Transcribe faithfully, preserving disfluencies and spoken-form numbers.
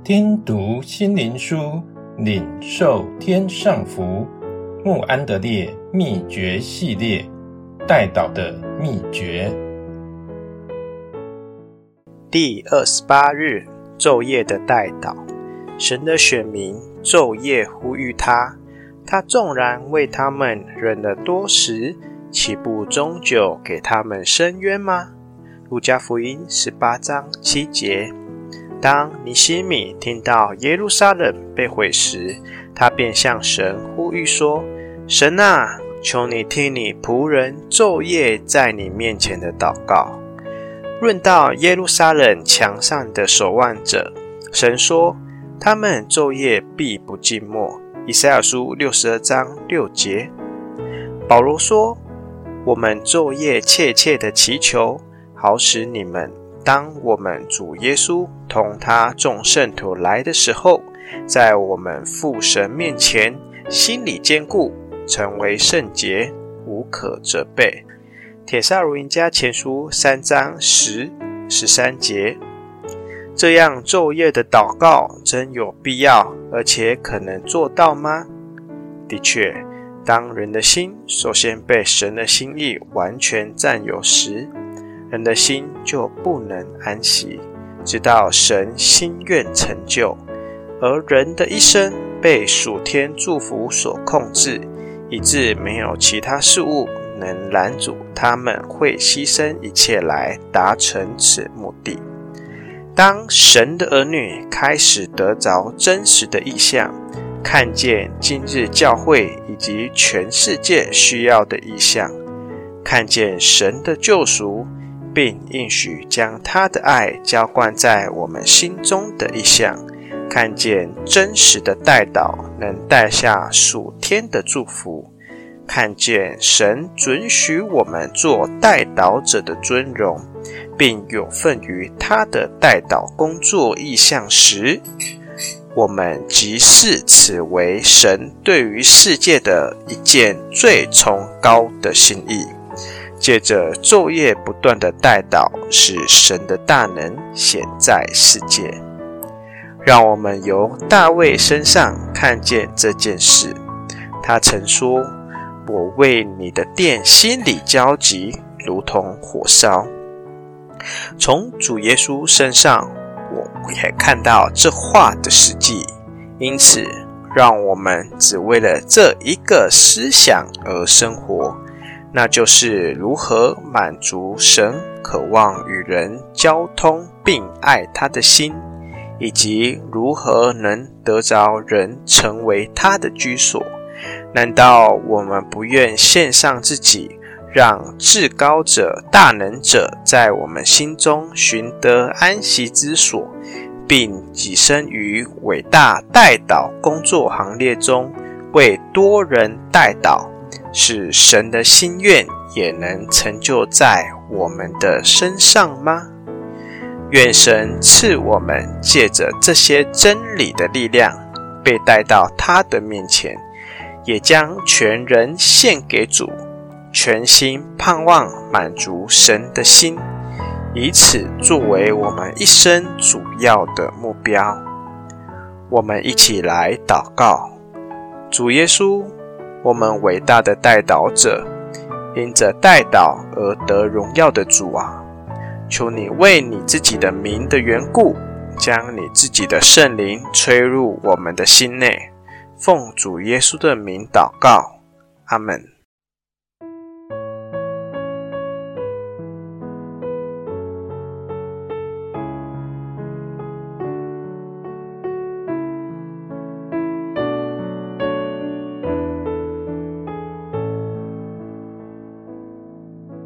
听读心灵书，领受天上福。慕安德烈秘诀系列，代祷的秘诀。 第二十八日，昼夜的代祷。神的选民昼夜呼吁他，他纵然为他们忍了多时，岂不终究给他们伸冤吗？路加福音十八章七节。当尼希米听到耶路撒冷被毁时，他便向神呼吁说：神啊，求你听你仆人昼夜在你面前的祷告。论到耶路撒冷墙上的守望者，神说他们昼夜必不静默。以赛亚书六十二章六节。保罗说，我们昼夜切切的祈求，好使你们当我们主耶稣同他众圣徒来的时候，在我们父神面前心里坚固，成为圣洁，无可责备。帖撒罗尼迦前书三章十、十三节。这样昼夜的祷告真有必要，而且可能做到吗？的确，当人的心首先被神的心意完全占有时，人的心就不能安息，直到神心愿成就。而人的一生被属天祝福所控制，以致没有其他事物能拦阻他们会牺牲一切来达成此目的。当神的儿女开始得着真实的意象，看见今日教会以及全世界需要的意象，看见神的救赎，并应许将他的爱浇灌在我们心中的意象，看见真实的代祷能带下属天的祝福，看见神准许我们做代祷者的尊荣，并有份于他的代祷工作意象时，我们即视此为神对于世界的一件最崇高的心意。借着昼夜不断的代祷，使神的大能显在世界。让我们由大卫身上看见这件事。他曾说，我为你的殿心里焦急，如同火烧。从主耶稣身上，我也看到这话的实际。因此，让我们只为了这一个思想而生活，那就是如何满足神渴望与人交通并爱他的心，以及如何能得着人成为他的居所。难道我们不愿献上自己，让至高者大能者在我们心中寻得安息之所，并跻身于伟大代祷工作行列中，为多人代祷，使神的心愿也能成就在我们的身上吗？愿神赐我们借着这些真理的力量，被带到他的面前，也将全人献给主，全心盼望满足神的心，以此作为我们一生主要的目标。我们一起来祷告。主耶稣，我们伟大的代祷者，因着代祷而得荣耀的主啊，求你为你自己的名的缘故，将你自己的圣灵吹入我们的心内。奉主耶稣的名祷告，阿们。